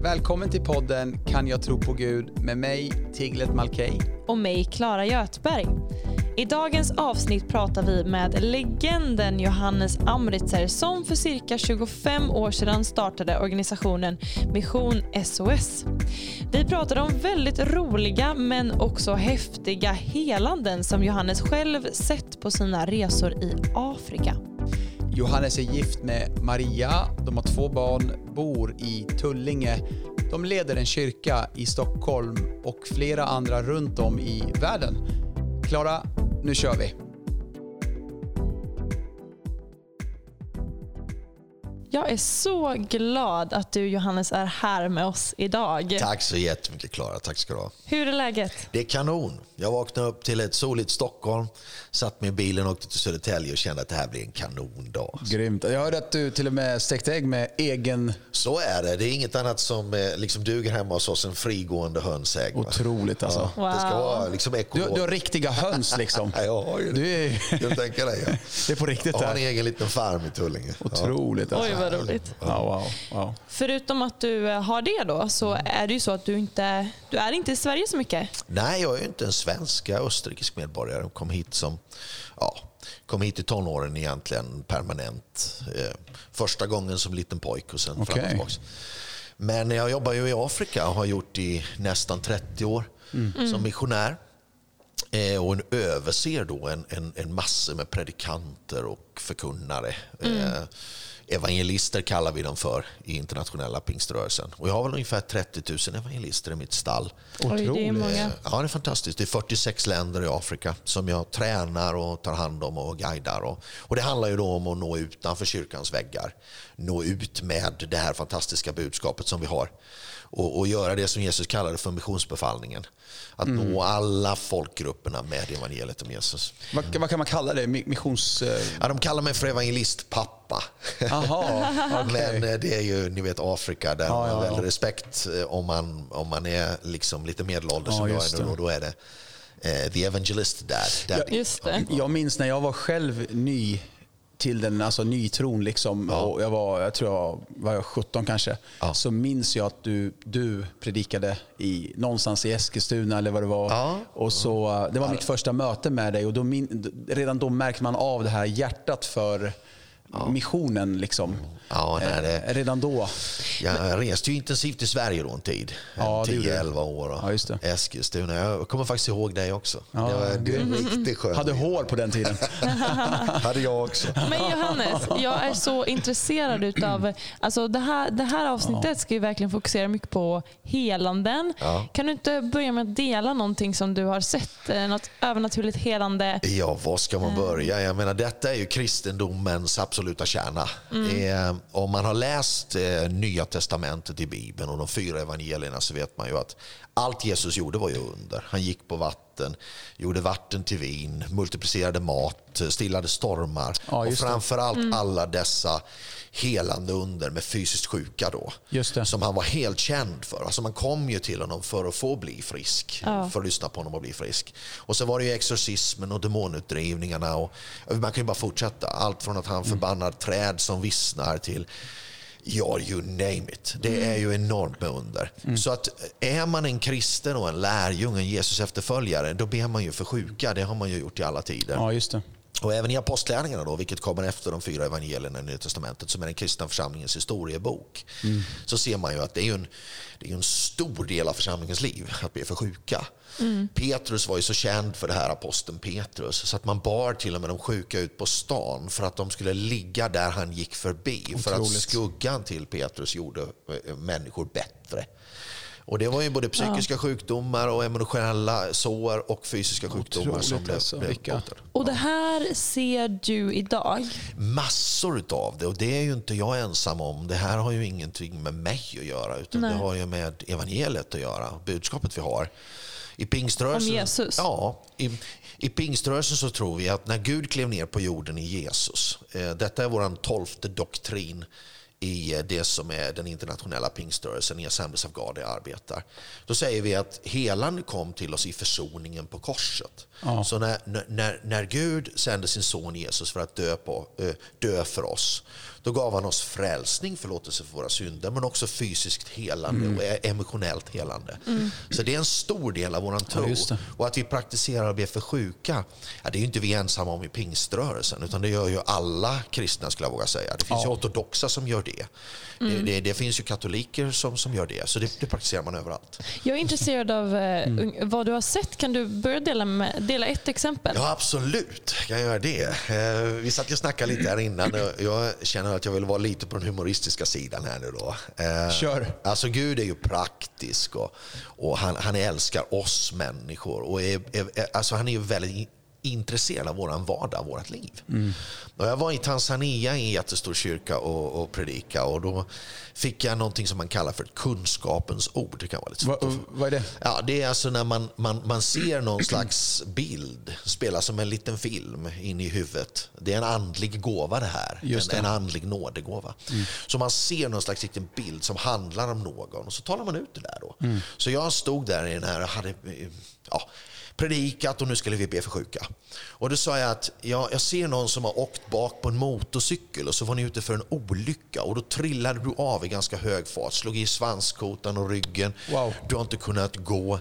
Välkommen till podden Kan jag tro på Gud med mig, Tiglet Malkej. Och mig, Klara Götberg. I dagens avsnitt pratar vi med legenden Johannes Amritzer som för cirka 25 år sedan startade organisationen Mission SOS. Vi pratade om väldigt roliga men också häftiga helanden som Johannes själv sett på sina resor i Afrika. Johannes är gift med Maria, de har 2 barn, bor i Tullinge. De leder en kyrka i Stockholm och flera andra runt om i världen. Klara, nu kör vi. Jag är så glad att du, Johannes, är här med oss idag. Tack så jättemycket, Klara. Tack ska du ha. Hur är läget? Det är kanon. Jag vaknade upp till ett soligt Stockholm, satt med bilen och åkte till Södertälje och kände att det här blir en kanondag. Grymt. Jag hörde att du till och med stekte ägg med egen... Så är det. Det är inget annat som liksom duger hemma hos oss, en frigående hönsägg. Otroligt alltså. Ja, det ska vara liksom du har riktiga höns liksom. Ja, jag har ju det. Jag tänker det. Ja. Det är på riktigt. Jag har en egen liten farm i Tullinge. Otroligt alltså. Oj, vad roligt. Wow. Förutom att du har det då, så är det ju så att du är inte i Sverige så mycket. Nej, jag är ju inte en svensk, jag är österrikisk medborgare. Jag kom hit i tonåren egentligen permanent. Första gången som liten pojk och sen fram och tillbaka. Men jag jobbar ju i Afrika och har gjort i nästan 30 år som missionär. Och överser då en massa med predikanter och förkunnare. Evangelister kallar vi dem för i internationella pingströrelsen. Och jag har väl ungefär 30 000 evangelister i mitt stall. Oj, det är många. Ja, det är fantastiskt. Det är 46 länder i Afrika som jag tränar och tar hand om och guidar. Och det handlar ju då om att nå utanför kyrkans väggar. Nå ut med det här fantastiska budskapet som vi har. Och göra det som Jesus kallade för missionsbefallningen. Att nå alla folkgrupperna med evangeliet om Jesus. Vad kan man kalla det? Missions... Ja, de kallar mig för evangelistpappa. Aha, okay. Men det är ju, ni vet, Afrika där man har väldigt respekt om man är liksom lite medelålders som jag är nu. Och då är det the evangelist dad. Just det. Jag minns när jag var själv ny till den, alltså ny tron liksom, och jag tror jag var 17 kanske, så minns jag att du predikade någonstans i Eskilstuna eller vad det var, och så det var mitt första möte med dig, och redan då märkte man av det här hjärtat för missionen liksom. Redan då. Jag reste ju intensivt i Sverige då en tid. 10-11 år. Ja, just det. Eskilstuna. Jag kommer faktiskt ihåg dig också. Det var riktigt skönt. Hade hår på den tiden. Hade jag också. Men Johannes, jag är så intresserad utav, alltså det här avsnittet ska ju verkligen fokusera mycket på helanden. Kan du inte börja med att dela någonting som du har sett, något övernaturligt helande? Ja, var ska man börja? Jag menar, detta är ju kristendomens absoluta kärna. Om man har läst Nya testamentet i Bibeln och de 4 evangelierna, så vet man ju att allt Jesus gjorde var ju under. Han gick på vatten, gjorde vatten till vin, multiplicerade mat, stillade stormar. Och framförallt alla dessa helande under med fysiskt sjuka då. Som han var helt känd för. Alltså man kom ju till honom för att få bli frisk. För att lyssna på honom och bli frisk. Och så var det ju exorcismen och demonutdrivningarna. Och man kan ju bara fortsätta. Allt från att han förbannar träd som vissnar till... Ja, you name it. Det är ju enormt med under. Så att är man en kristen och en lärjung, en Jesus efterföljare, då ber man ju för sjuka. Det har man ju gjort i alla tider. Ja, just det. Och även i apostlärningarna då, vilket kommer efter de 4 evangelierna i Nya testamentet, som är den kristna församlingens historiebok, så ser man ju att det är en stor del av församlingens liv att be för sjuka. Petrus var ju så känd för det här, aposteln Petrus, så att man bar till och med de sjuka ut på stan för att de skulle ligga där han gick förbi. Otroligt. För att skuggan till Petrus gjorde människor bättre. Och det var ju både psykiska sjukdomar och emotionella sår och fysiska sjukdomar som blev botade. Och det här ser du idag? Massor utav det, och det är ju inte jag ensam om. Det här har ju ingenting med mig att göra, utan det har ju med evangeliet att göra, budskapet vi har. I pingströrelsen, om Jesus? Ja, i pingströrelsen så tror vi att när Gud klev ner på jorden i Jesus, detta är våran 12:e doktrin i det som är den internationella pingströrelsen i Assemblies of God jag arbetar. Då säger vi att helan kom till oss i försoningen på korset. Så när Gud sände sin son Jesus för att dö för oss, Då gav han oss frälsning, förlåtelse för våra synder, men också fysiskt helande och emotionellt helande. Så det är en stor del av vår tro. Och att vi praktiserar att be för sjuka, det är ju inte vi ensamma om i pingströrelsen, utan det gör ju alla kristna, skulle jag våga säga. Det finns ju ortodoxa som gör det. Det finns ju katoliker som gör det. Så det praktiserar man överallt. Jag är intresserad av vad du har sett. Kan du börja dela ett exempel? Ja, absolut. Jag kan göra det. Vi satt och snackade lite här innan. Jag känner att jag vill vara lite på den humoristiska sidan här nu då. Kör. Alltså Gud är ju praktisk och han älskar oss människor. Och alltså han är ju väldigt intresserad av våran vardag, vårt liv. Och jag var i Tanzania i en jättestor kyrka och predika, och då fick jag någonting som man kallar för ett kunskapens ord. Det kan vara lite svårt. Vad är det? Ja, det är alltså när man ser någon slags bild spela som en liten film in i huvudet. Det är en andlig gåva det här. En andlig nådegåva. Så man ser någon slags liten bild som handlar om någon, och så talar man ut det där då. Så jag stod där i den här och hade predikat, och nu skulle vi be för sjuka. Och då sa jag att jag ser någon som har åkt bak på en motorcykel, och så var ni ute för en olycka, och då trillade du av i ganska hög fart, slog i svanskotan och ryggen. Wow. Du har inte kunnat gå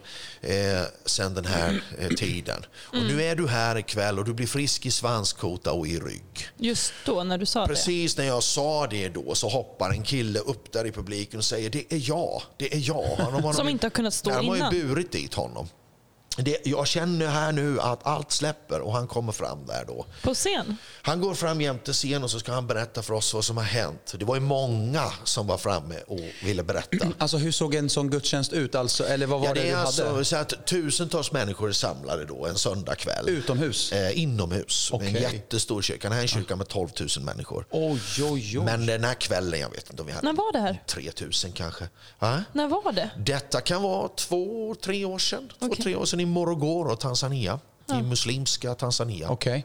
sedan den här tiden. Och nu är du här ikväll och du blir frisk i svanskota och i rygg. Just då när du sa Precis när jag sa det då, så hoppar en kille upp där i publiken och säger det är jag. Som inte har kunnat stå innan. De har ju burit dit honom. Jag känner här nu att allt släpper, och han kommer fram där då. På scen? Han går fram jämte scen, och så ska han berätta för oss vad som har hänt. Det var ju många som var framme och ville berätta. Alltså hur såg en sån gudstjänst ut? Alltså, eller vad var det du alltså, hade? Så att tusentals människor är samlade då en söndagkväll. Utomhus? Inomhus. Okay. En jättestor kyrka. Det här är en kyrka med 12 000 människor. Oj. Men den här kvällen, jag vet inte om vi hade... När var det här? 3 000 kanske. Va? När var det? Detta kan vara 2-3 år sedan. 2-3 år sedan i Morogoro, Tanzania. I muslimska Tanzania. Okej.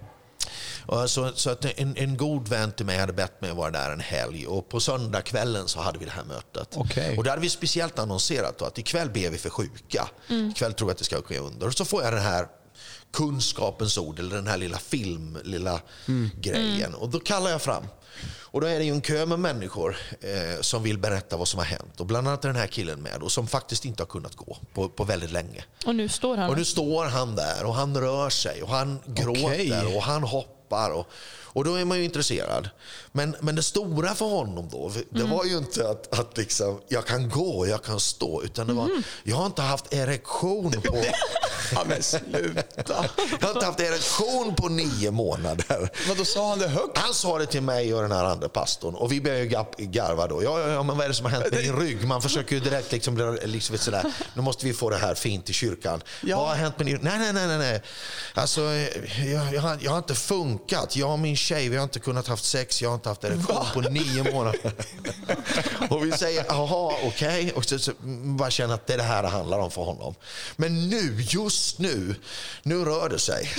Så att en god vän till mig hade bett mig vara där en helg, och på söndagskvällen så hade vi det här mötet. Okay. Och där hade vi speciellt annonserat då, att ikväll ber vi för sjuka. Ikväll tror jag att det ska ske under. Och så får jag den här kunskapens ord, eller den här lilla grejen. Och då kallar jag fram. Och då är det ju en kö med människor som vill berätta vad som har hänt. Och bland annat är den här killen med, och som faktiskt inte har kunnat gå på väldigt länge. Och nu står han. Och nu står han där, och han rör sig, och han gråter, och han hoppar. Och då är man ju intresserad. Men det stora för honom då, det var ju inte att liksom, jag kan gå, jag kan stå, utan det var, jag har inte haft erektion på... Ja, men sluta. Jag har inte haft erektion på 9 månader. Vad då sa han det högt? Han sa det till mig och den här andra pastorn, och vi började ju garva då. Ja, men vad är det som har hänt med din rygg? Man försöker ju direkt liksom sådär, nu måste vi få det här fint i kyrkan. Ja. Vad har hänt med din... Nej. Alltså, jag har inte funkat. Jag och min tjej, vi har inte kunnat haft sex. Jag har inte haft erektion på 9 månader. Och vi säger, jaha, okej. Och så bara känner att det är det här det handlar om för honom. Men just nu rör det sig.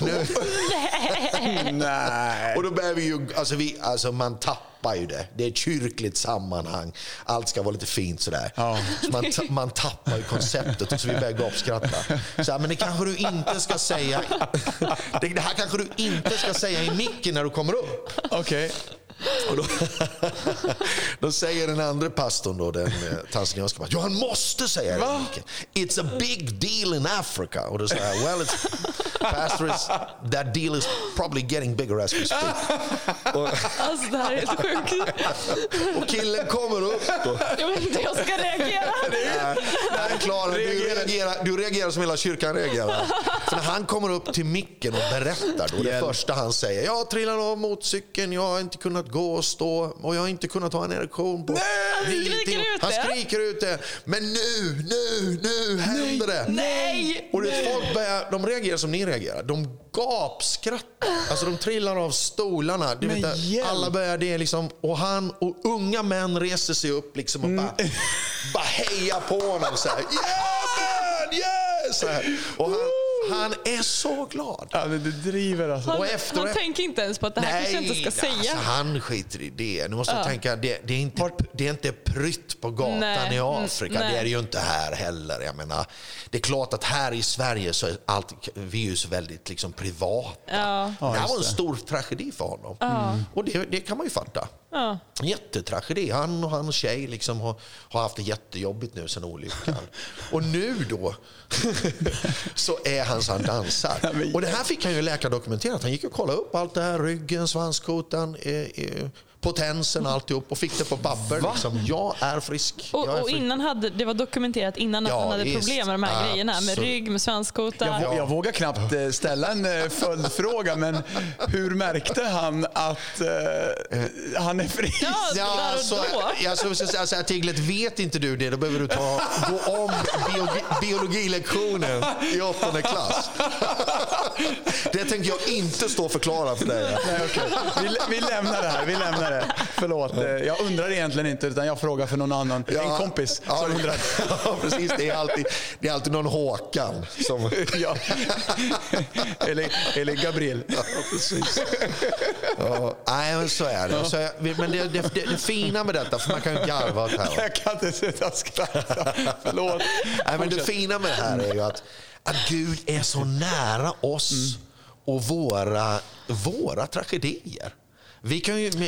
Nej. Och då börjar vi ju, alltså man tappar ju det. Det är ett kyrkligt sammanhang. Allt ska vara lite fint sådär. Ja. Så man tappar ju konceptet, och så vi börjar gapskratta. Så här, men det kanske du inte ska säga. Det här kanske du inte ska säga i micken när du kommer upp. Okej. Och då säger den andra pastorn då, den tanzanianska pastorn, han måste säga det. It's a big deal in Africa. Och då säger jag, well, pastor, that deal is probably getting bigger as we speak. Alltså det här är helt sjukt. Och killen kommer upp då. Jag vet inte, jag ska reagera. Nej, Klara, du reagerar som hela kyrkan reagerar. För när han kommer upp till micken och berättar då, det första han säger, jag trillar av motorcykeln, jag har inte kunnat gå och stå, och jag har inte kunnat ha en erektion på... Han skriker ut det. Men nu händer det. Nej! Och folk börjar, de reagerar som ni reagerar. De gapskrattar. Alltså de trillar av stolarna. Du vet, alla börjar det liksom, och unga män reser sig upp liksom och bara hejar på honom så här. Yeah, man, yeah! Så här. Och han är så glad. Ja, men du driver alltså. Han tänker inte ens på att det här kanske inte ska säga. Alltså, han skiter i det. Nu måste jag tänka, det är inte prytt på gatan i Afrika. Det är det ju inte här heller. Jag menar, det är klart att här i Sverige så är vi är ju så väldigt liksom privata. Det här var en stor tragedi för honom. Och det kan man ju fatta. Ja. Jättetragedi. Han och hans tjej liksom har haft det jättejobbigt nu sen olyckan. Och nu då så är han dansar. Och det här fick han ju läkardokumenterat. Han gick och kollade upp allt det här. Ryggen, svanskotan, potensen, alltihop. Och fick det på papper. Liksom. Jag är frisk. Och innan det var dokumenterat innan att han hade problem med de här grejerna. Med rygg, med svanskota. Jag vågar knappt ställa en följdfråga. Men hur märkte han att han är frisk? Alltså, Tiglet, vet inte du det, då behöver du gå om biologilektionen i 8:e klass. Det tänker jag inte stå och förklara för dig. Nej, okay. Vi lämnar det här. Förlåt, jag undrar egentligen inte, utan jag frågar för någon annan. En kompis som undrar. Ja, precis. Det är alltid någon Håkan som... Ja. eller Gabriel. Ja, precis. Ja, nej, men så är det. Men det fina med detta, för man kan ju garva åt här. Jag kan inte sluta skratta. Förlåt. Nej, men det fina med det här är ju att Gud är så nära oss och våra tragedier. Vi kan ju,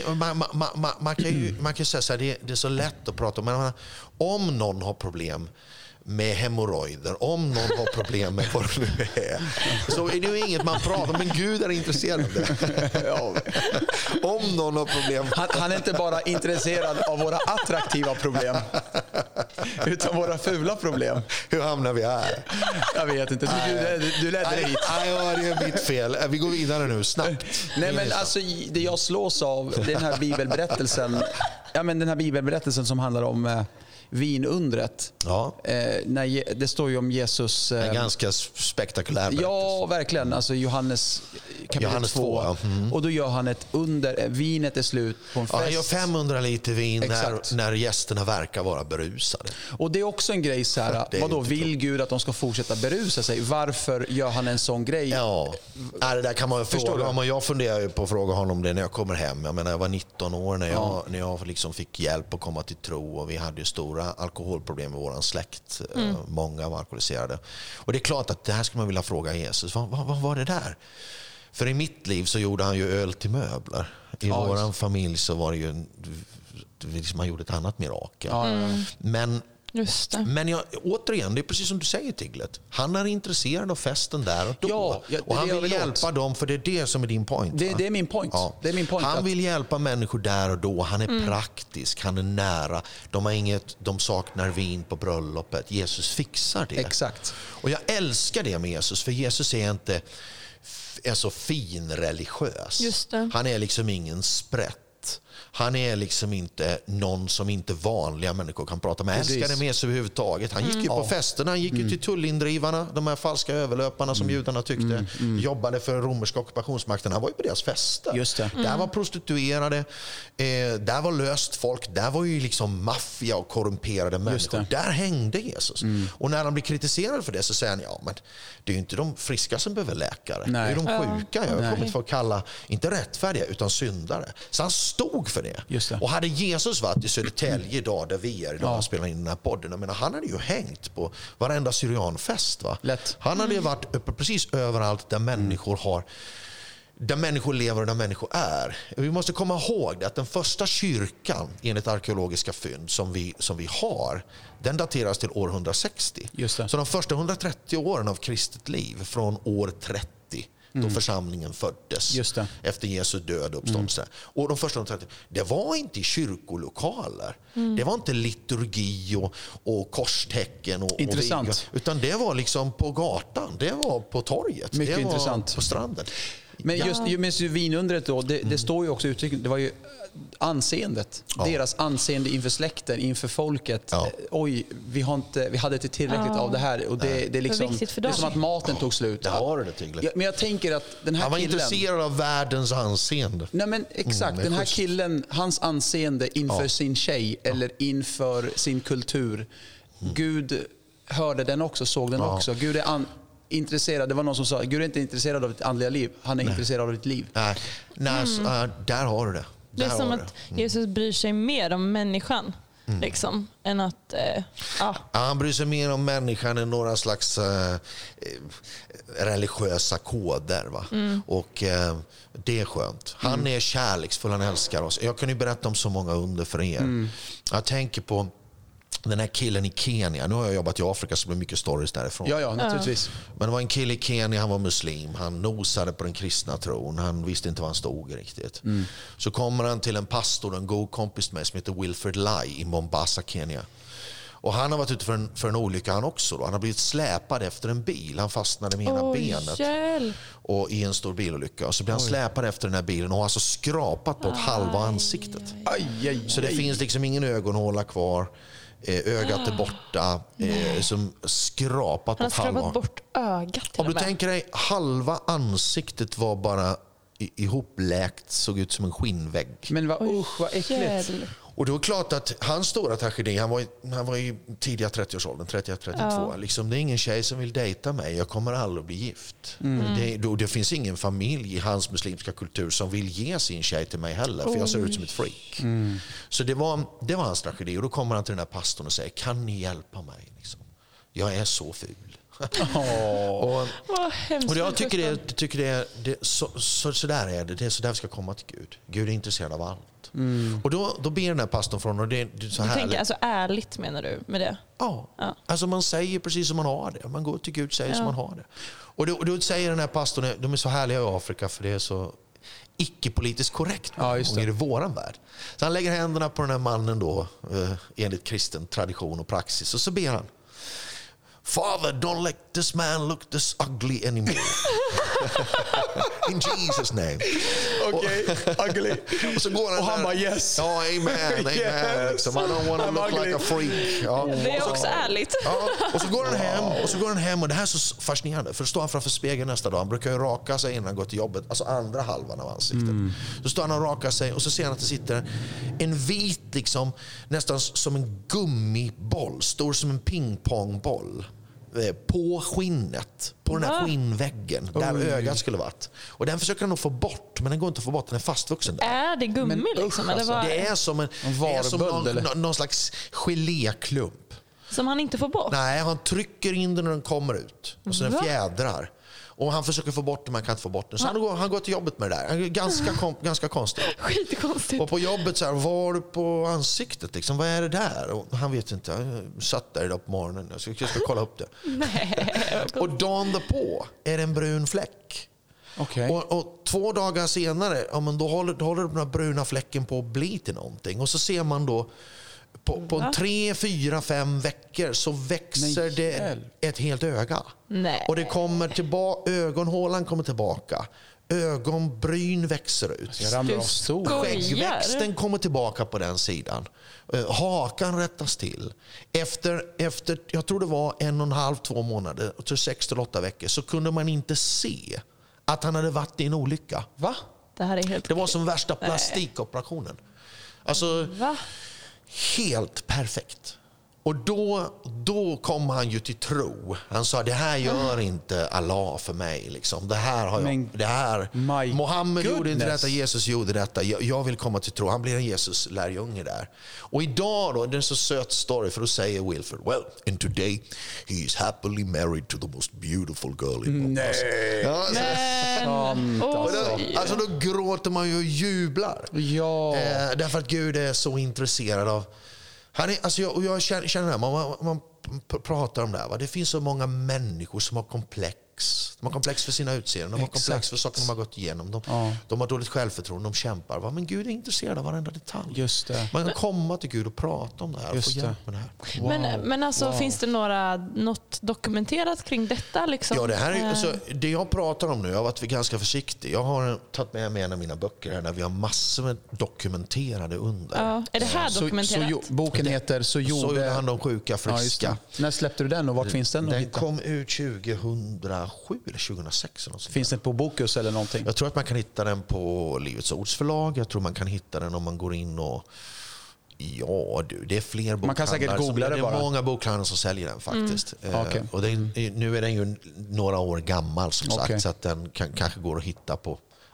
man kan säga så här, det är så lätt att prata om, men om någon har problem med hemorrojder, om någon har problem med vad det nu är, så är det ju inget man pratar om, men Gud är intresserad av det. Ja. Om någon har problem. Han är inte bara intresserad av våra attraktiva problem, utan våra fula problem. Hur hamnar vi här? Jag vet inte, du ledde hit. Ja, det är mitt fel. Vi går vidare nu, snabbt. Nej, men alltså, det jag slås av, den här bibelberättelsen som handlar om vinundret. Ja. Det står ju om Jesus. En ganska spektakulär berättelse. Ja, verkligen. Alltså Johannes kapitel 2. Ja. Och då gör han ett under. Vinet är slut på en fest. Han gör 500 liter vin när gästerna verkar vara berusade. Och det är också en grej så här. Vadå, vill Gud att de ska fortsätta berusa sig? Varför gör han en sån grej? Ja, det där kan man fråga honom. Jag funderar ju på att fråga honom det när jag kommer hem. Jag menar, jag var 19 år när jag liksom fick hjälp att komma till tro, och vi hade ju stora alkoholproblem med våran släkt. Många var alkoholiserade. Och det är klart att det här ska man vilja fråga Jesus. Vad var det där? För i mitt liv så gjorde han ju öl till möbler. I våran familj så var det ju man gjorde ett annat mirakel. Men återigen, det är precis som du säger, Tiglet. Han är intresserad av festen där och då. Och han vill hjälpa dem, för det är det som är din point. Det är min point. Ja. Det är min point. Han vill hjälpa människor där och då. Han är praktisk, han är nära. De saknar vin på bröllopet. Jesus fixar det. Exakt. Och jag älskar det med Jesus, för Jesus är så fin religiös. Just det. Han är liksom ingen sprätt. Han är liksom inte någon som inte vanliga människor kan prata med. Älskade med sig överhuvudtaget. Han gick ju på festerna, han gick ju till tullindrivarna, de här falska överlöparna som judarna tyckte jobbade för den romerska ockupationsmakten. Han var ju på deras fester. Just det. Där var prostituerade, där var löst folk, där var ju liksom maffia och korrumperade människor. Där hängde Jesus. Och när han blir kritiserad för det så säger han, men det är ju inte de friska som behöver läkare. Nej. Det är de sjuka. Jag har kommit för att kalla, inte rättfärdiga, utan syndare. Så han stod för det. Och hade Jesus varit i Södertälje idag, där vi är idag och spelar in den här podden, men han hade ju hängt på varenda syrianfest. Va? Han hade varit uppe precis överallt där människor lever och där människor är. Vi måste komma ihåg att den första kyrkan enligt arkeologiska fynd som vi har, den dateras till år 160. Så de första 130 åren av kristet liv, från år 30 då församlingen föddes efter Jesu död och uppståndelse. Och de första 130, det var inte i kyrkolokaler. Det var inte liturgi och korstecken och vigor, utan det var liksom på gatan, det var på torget, mycket det var intressant. På stranden. Men just vinundret då, det står ju också uttryckligen, det var ju anseendet. Deras anseende inför släkten, inför folket. Oj, vi hade inte tillräckligt av det här. Och det är liksom, det är som att maten tog slut. Men jag tänker att den här han var killen, intresserad av världens anseende. Nej, men exakt, den här killen, hans anseende inför sin tjej eller inför sin kultur. Gud hörde den också, såg den också. Gud är intresserad. Det var någon som sa, Gud är inte intresserad av ditt andliga liv. Han är intresserad av ditt liv. Där har du det. Det är som att Jesus bryr sig mer om människan liksom, än att... Han bryr sig mer om människan än några slags religiösa koder. Va? Och det är skönt. Han är kärleksfull, han älskar oss. Jag kan ju berätta om så många under för er. Jag tänker på den här killen i Kenya. Nu har jag jobbat i Afrika så det blir mycket stories därifrån. Ja, naturligtvis. Men det var en kille i Kenya, han var muslim. Han nosade på den kristna tron. Han visste inte var han stod riktigt. Så kommer han till en pastor, en god kompis med som heter Wilfred Lai i Mombasa, Kenya. Och han har varit ute för en olycka han också. Då. Han har blivit släpad efter en bil. Han fastnade med ena benet och i en stor bilolycka. Och så blir han släpad efter den här bilen och har alltså skrapat på ett halva ansiktet. Så det finns liksom ingen ögonhåla kvar. Ögat är borta. Som skrapat på ett halva. Han har skrapat bort ögat. Om du tänker dig, halva ansiktet var bara ihopläkt, såg ut som en skinnvägg. Men vad äckligt. Och det var klart att hans stora tragedi, han var i tidiga 30-årsåldern, 31-32. Liksom, det är ingen tjej som vill dejta mig, jag kommer aldrig bli gift. Det finns ingen familj i hans muslimska kultur som vill ge sin tjej till mig heller, för jag ser ut som ett freak. Så det var hans tragedi. Och då kommer han till den här pastorn och säger, kan ni hjälpa mig? Liksom. Jag är så ful. Och jag tycker så där är det. Det är så där vi ska komma till Gud. Gud är intresserad av allt. Och då ber den här pastorn från, och det är så här. Du tänker alltså ärligt, menar du med det? Ja. Alltså man säger precis som man har det. Man går till Gud och säger som man har det. Och då säger den här pastorn, de är så härliga i Afrika för det är så icke-politiskt korrekt. Och är det våran värld. Så han lägger händerna på den här mannen då, enligt kristen tradition och praxis, och så ber han: Father, don't let this man look this ugly anymore. In Jesus name. Okej, ugly. Och så går han och han där. Bara yes. Ja, amen. Yes. Liksom, I don't want to look like a freak. Ja. Det är också ärligt. Ja. Och så går han hem och det här är så fascinerande. För då står han framför spegeln nästa dag. Han brukar ju raka sig innan han går till jobbet. Alltså andra halvan av ansiktet. Så står han och rakar sig och så ser han att det sitter en vit, liksom, nästan som en gummiboll. Stor som en pingpongboll. På skinnet, på den här skinnväggen där ögat skulle varit. Och den försöker han nog få bort, men den går inte att få bort, den är fastvuxen där. Är det gummi liksom? Eller vad? Det är som någon slags geléklump. Som han inte får bort? Nej, han trycker in den när den kommer ut. Och så den fjädrar. Och han försöker få bort den, man kan inte få bort den. Så han går till jobbet med det där. Han är ganska konstigt. Skitkonstigt. Och på jobbet så här, var du på ansiktet? Liksom, vad är det där? Och han vet inte. Jag satt där idag på morgonen. Jag ska kolla upp det. Nej. Och dagen därpå är det en brun fläck. Okay. Och 2 dagar senare, ja, men då håller den här bruna fläcken på att bli till någonting. Och så ser man då på 3, 4, 5 veckor så växer det ett helt öga. Nej. Och det kommer tillbaka, ögonhålan kommer tillbaka. Ögonbryn växer ut. Skäggväxten kommer tillbaka på den sidan. Hakan rättas till. Efter jag tror det var 1,5-2 månader, 6-8 veckor, så kunde man inte se att han hade varit i en olycka. Va? Det var som värsta plastikoperationen. Alltså, helt perfekt. Och då kom han ju till tro. Han sa, det här gör inte Allah för mig. Liksom. Det här har jag. Mohammed gjorde inte detta, Jesus gjorde detta. Jag vill komma till tro. Han blir en Jesus-lärjunge där. Och idag då, det är en så söt story, för då säger Wilfred, well, and today he is happily married to the most beautiful girl in Mombasa. Alltså då gråter man ju och jublar. Ja. Därför att Gud är så intresserad av. Jag känner det, man pratar om det här. Va? Det finns så många människor som har komplex. De har komplex för sina utseenden. De har komplex för saker de har gått igenom. De har dåligt självförtroende, de kämpar. Va? Men Gud är intresserad av varenda detalj. Just det. Man kan komma till Gud och prata om det här. Och få hjälp med det här. Wow. Men alltså, finns det något dokumenterat kring detta? Liksom? Ja, det här är, alltså, det jag pratar om nu, jag har varit ganska försiktig. Jag har tagit med mig en av mina böcker här där vi har massor med dokumenterade under. Ja. Är det här dokumenterat? Boken heter Så gjorde han de sjuka friska. Ja, när släppte du den och vart finns den? Den kom ut 2007 eller 2006. Eller finns den på Bokus eller någonting? Jag tror att man kan hitta den på Livets Ords förlag. Jag tror man kan hitta den om man går in och... Ja, det är fler bokhandlar. Man kan säkert googla det bara. Det är många bokhandlar som säljer den faktiskt. Okay. Och nu är den ju några år gammal som sagt. Så att den kanske går att hitta på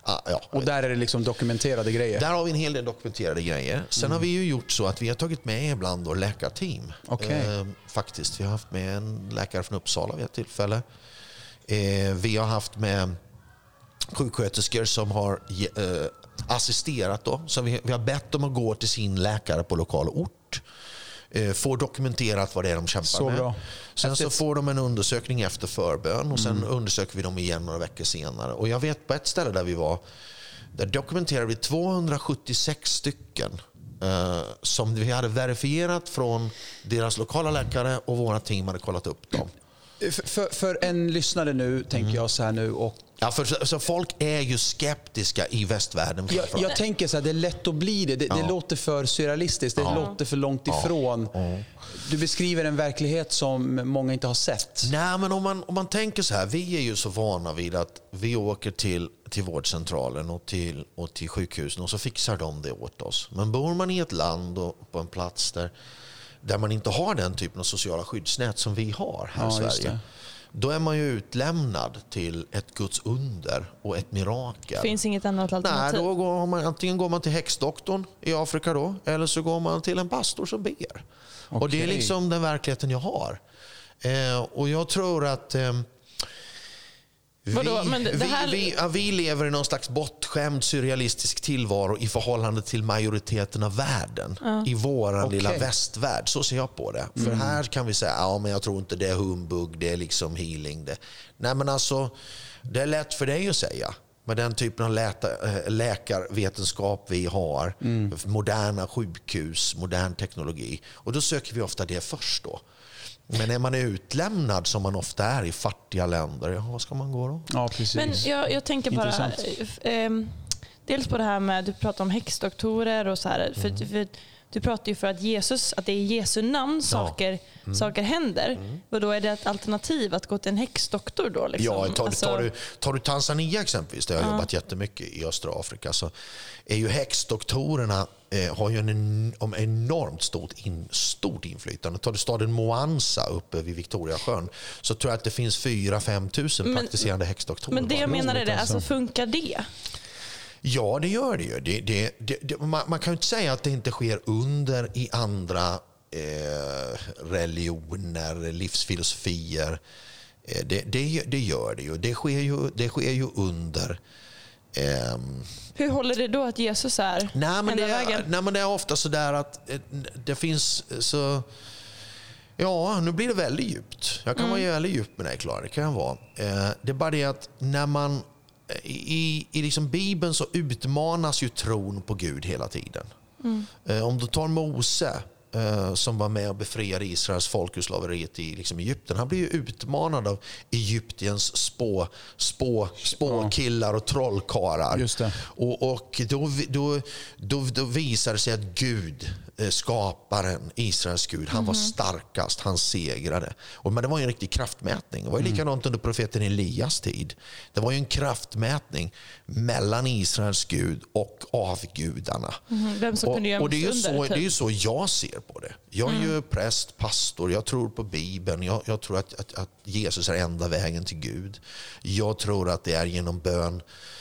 Ja. Och där är det liksom dokumenterade grejer? Där har vi en hel del dokumenterade grejer. Sen har vi ju gjort så att vi har tagit med ibland vår läkarteam. Faktiskt. Vi har haft med en läkare från Uppsala vid ett tillfälle. Vi har haft med sjuksköterskor som har assisterat då. Så vi har bett dem att gå till sin läkare på lokal ort. Får dokumenterat vad det är de kämpar med. Sen så får de en undersökning efter förbön och sen undersöker vi dem igen några veckor senare. Och jag vet på ett ställe där vi var, där dokumenterade vi 276 stycken som vi hade verifierat från deras lokala läkare och våra team hade kollat upp dem. För en lyssnare nu, tänker jag så här nu. Ja, så folk är ju skeptiska i västvärlden. Jag tänker så här, det är lätt att bli det. Det låter för surrealistiskt, det låter för långt ifrån. Du beskriver en verklighet som många inte har sett. Nej, men om man tänker så här, vi är ju så vana vid att vi åker till vårdcentralen och till sjukhusen och så fixar de det åt oss. Men bor man i ett land och på en plats där man inte har den typen av sociala skyddsnät som vi har här i Sverige, då är man ju utlämnad till ett Guds under och ett mirakel. Finns inget annat alternativ? Nej, då antingen går man till häxdoktorn i Afrika då, eller så går man till en pastor som ber. Och det är liksom den verkligheten jag har. Och jag tror att vi lever i någon slags bortskämd surrealistisk tillvaro i förhållande till majoriteten av världen i våran lilla västvärld. Så ser jag på det. För här kan vi säga, men jag tror inte det är humbug, det är liksom healing. Nej, men alltså, det är lätt för dig att säga. Med den typen av läkarvetenskap vi har, moderna sjukhus, modern teknologi. Och då söker vi ofta det först då. Men är man utlämnad som man ofta är i fattiga länder, vad ska man gå då? Ja, precis. Men jag tänker bara dels på det här med, du pratar om häxdoktorer och så här, för du pratar ju för att det är i Jesu namn saker händer. Och då är det ett alternativ att gå till en häxdoktor då? Liksom. Ja, tar du Tanzania exempelvis, där jag har jobbat jättemycket i östra Afrika, så är ju häxdoktorerna har ju en enormt stort inflytande. Tar du staden Mwanza uppe vid Victoriasjön, så tror jag att det finns 4-5 tusen praktiserande häxdoktorer. Men det jag menar är det, alltså funkar det? Ja, det gör det ju. Man kan ju inte säga att det inte sker under i andra religioner, livsfilosofier. Det gör det ju. Det sker ju under. Hur håller det då att Jesus är vägen? Nej, men det är ofta så där att det finns så. Ja, nu blir det väldigt djupt. Jag kan vara väldigt djupt med det, Klara. Det kan jag vara. Det är bara det att när man i liksom Bibeln så utmanas ju tron på Gud hela tiden. Om du tar Mose som var med och befriade Israels folk ur slaveriet i liksom Egypten. Han blir ju utmanad av Egyptiens spåkillar och trollkarlar. Just det. Och då visar det sig att Gud, skaparen, Israels Gud, han var starkast, han segrade. Men det var ju en riktig kraftmätning. Det var ju likadant under profeten Elias tid. Det var ju en kraftmätning mellan Israels Gud och avgudarna. Vem som kunde göra det är ju så jag ser på det. Jag är ju präst, pastor, jag tror på Bibeln, jag tror att Jesus är enda vägen till Gud. Jag tror att det är genom bön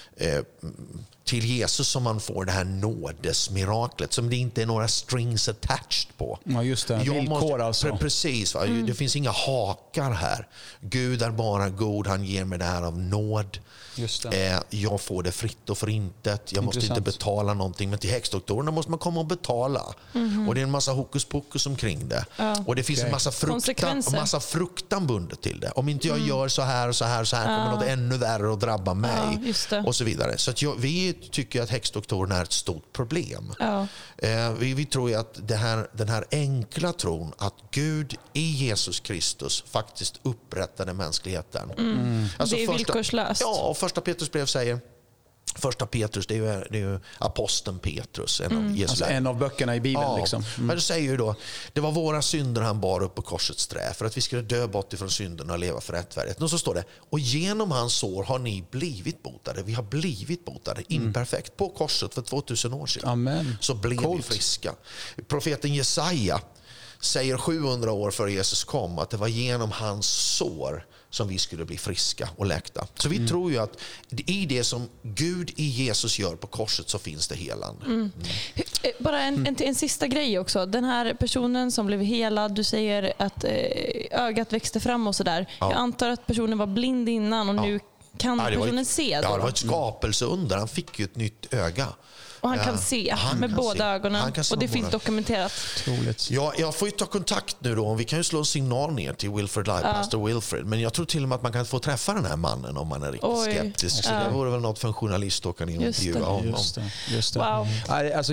till Jesus som man får det här nådesmiraklet som det inte är några strings attached på. Ja, just det. Villkor alltså. Precis. Det finns inga hakar här. Gud är bara god. Han ger mig det här av nåd. Just det. Jag får det fritt och för intet. Jag måste inte betala någonting. Men till häxdoktorerna måste man komma och betala. Och det är en massa hokus pokus omkring det. Och det finns en massa fruktan bundet till det. Om inte jag gör så här och så här, så här kommer något ännu värre att drabba mig. Och så vidare. Så att vi tycker att häxdoktorerna är ett stort problem. Vi tror ju att den här enkla tron att Gud i Jesus Kristus faktiskt upprättade mänskligheten. Alltså det är villkorslöst. Ja, och första Petrus brev säger, första Petrus, det är ju aposteln Petrus, en av böckerna i Bibeln. Liksom. Men det säger ju då, det var våra synder han bar upp på korsets trä för att vi skulle dö bort ifrån synderna och leva för rättfärdighet. Och så står det, och genom hans sår har ni blivit botade. Vi har blivit botade, imperfekt, på korset för 2000 år sedan. Amen. Så blev vi friska. Profeten Jesaja säger 700 år före Jesus kom att det var genom hans sår som vi skulle bli friska och läkta. Så vi tror ju att i det som Gud i Jesus gör på korset så finns det helande. Bara en sista grej också. Den här personen som blev helad, du säger att ögat växte fram och sådär. Ja. Jag antar att personen var blind innan och nu kan personen se. Ja, det var ett skapelseunder. Han fick ju ett nytt öga. Och han kan se med båda ögonen. Och det finns dokumenterat. Troligt. Ja, jag får ju ta kontakt nu då. Vi kan ju slå en signal ner till Wilfred Live, pastor Wilfred. Men jag tror till och med att man kan få träffa den här mannen om man är riktigt skeptisk. Så det vore väl något för en journalist att kan intervjua honom. Just det. Wow. Alltså,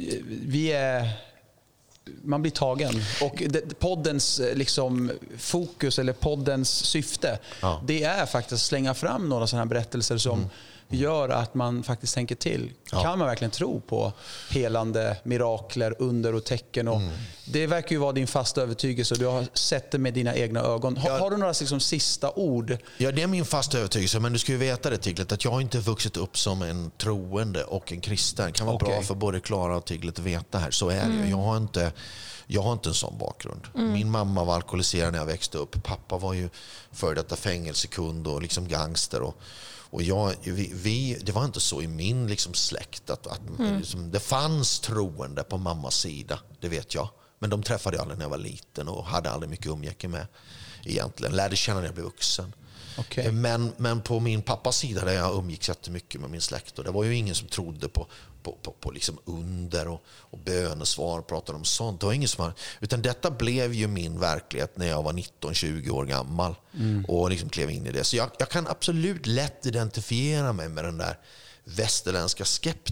man blir tagen. Och poddens liksom, fokus eller poddens syfte, det är faktiskt att slänga fram några sådana här berättelser som gör att man faktiskt tänker till. Kan man verkligen tro på helande mirakler, under och tecken? Och det verkar ju vara din fasta övertygelse och du har sett det med dina egna ögon. Har du några liksom, sista ord? Ja, det är min fasta övertygelse, men du ska ju veta det, Tiglet, att jag har inte vuxit upp som en troende och en kristen. Det kan vara bra för både Klara och Tiglet att veta här. Så är det. Jag har inte en sån bakgrund. Min mamma var alkoholiserad när jag växte upp. Pappa var ju före detta fängelsekund och liksom gangster. Och det var inte så i min liksom släkt att liksom, det fanns troende på mammas sida, det vet jag. Men de träffade jag aldrig när jag var liten och hade aldrig mycket umgänge med egentligen. Lärde känna när jag blev vuxen. Okay. Men på min pappas sida där jag umgicks jättemycket med min släkt, och det var ju ingen som trodde på liksom under och bönesvar, pratade om sånt. Det var ingen som utan detta blev ju min verklighet när jag var 19-20 år gammal och liksom klev in i det. Så jag kan absolut lätt identifiera mig med den där västerländska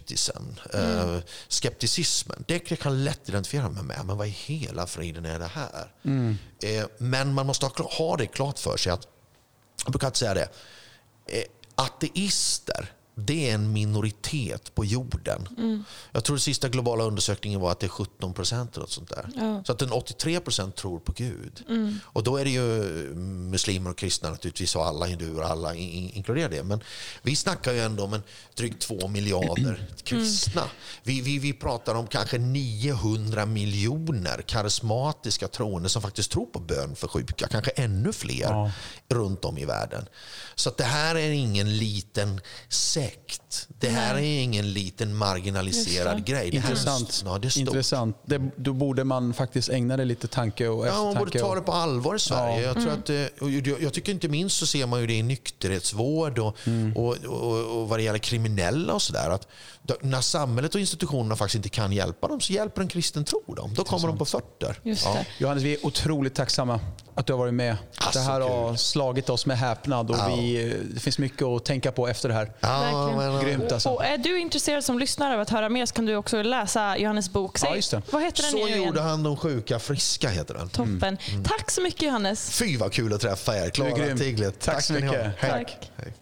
skepticismen. Det kan lätt identifiera mig med. Men vad i hela friden är det här? Men man måste ha det klart för sig att, jag brukar inte säga det, ateister, det är en minoritet på jorden. Jag tror att sista globala undersökningen var att det är 17% eller något sånt där. Ja. Så att 83% tror på Gud. Och då är det ju muslimer och kristna naturligtvis, och alla hinduer, alla inkluderar det. Men vi snackar ju ändå om drygt 2 miljarder kristna. Vi pratar om kanske 900 miljoner karismatiska troende som faktiskt tror på bön för sjuka. Kanske ännu fler runt om i världen. Så att det här är ingen liten sekt. Det här är ingen liten marginaliserad grej. Det intressant. Här, det är stort. Intressant. Då borde man faktiskt ägna det lite tanke och eftertanke. Ja, man borde ta det på allvar i Sverige. Jag tror att, jag tycker inte minst så ser man ju det i nykterhetsvård och vad det gäller kriminella och sådär. Att när samhället och institutionerna faktiskt inte kan hjälpa dem, så hjälper en kristen tro dem. Då kommer de på fötter. Johannes, vi är otroligt tacksamma att du har varit med. Alltså, det här har slagit oss med häpnad och det finns mycket att tänka på efter det här. Grymt alltså. Och är du intresserad som lyssnare av att höra mer, så kan du också läsa Johannes bok. Vad heter den Så igen? gjorde han de sjuka friska, heter den. Toppen. Tack så mycket, Johannes. Fy vad kul att träffa er. Klara, Tiglet. Tack så mycket. Hej.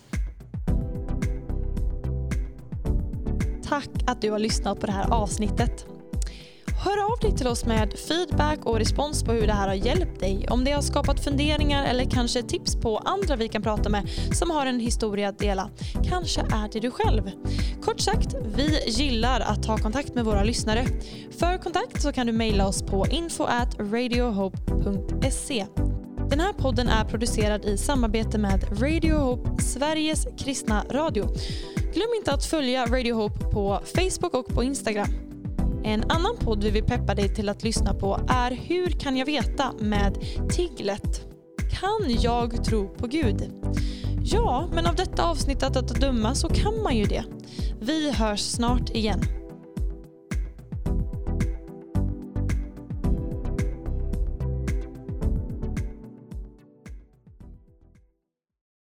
Tack att du har lyssnat på det här avsnittet. Hör av dig till oss med feedback och respons på hur det här har hjälpt dig. Om det har skapat funderingar eller kanske tips på andra vi kan prata med som har en historia att dela. Kanske är det du själv. Kort sagt, vi gillar att ta kontakt med våra lyssnare. För kontakt så kan du mejla oss på info@radiohope.se. Den här podden är producerad i samarbete med Radio Hope, Sveriges kristna radio. Glöm inte att följa Radio Hope på Facebook och på Instagram. En annan podd vi vill peppa dig till att lyssna på är Hur kan jag veta med Tiglet. Kan jag tro på Gud? Ja, men av detta avsnittet att döma så kan man ju det. Vi hörs snart igen.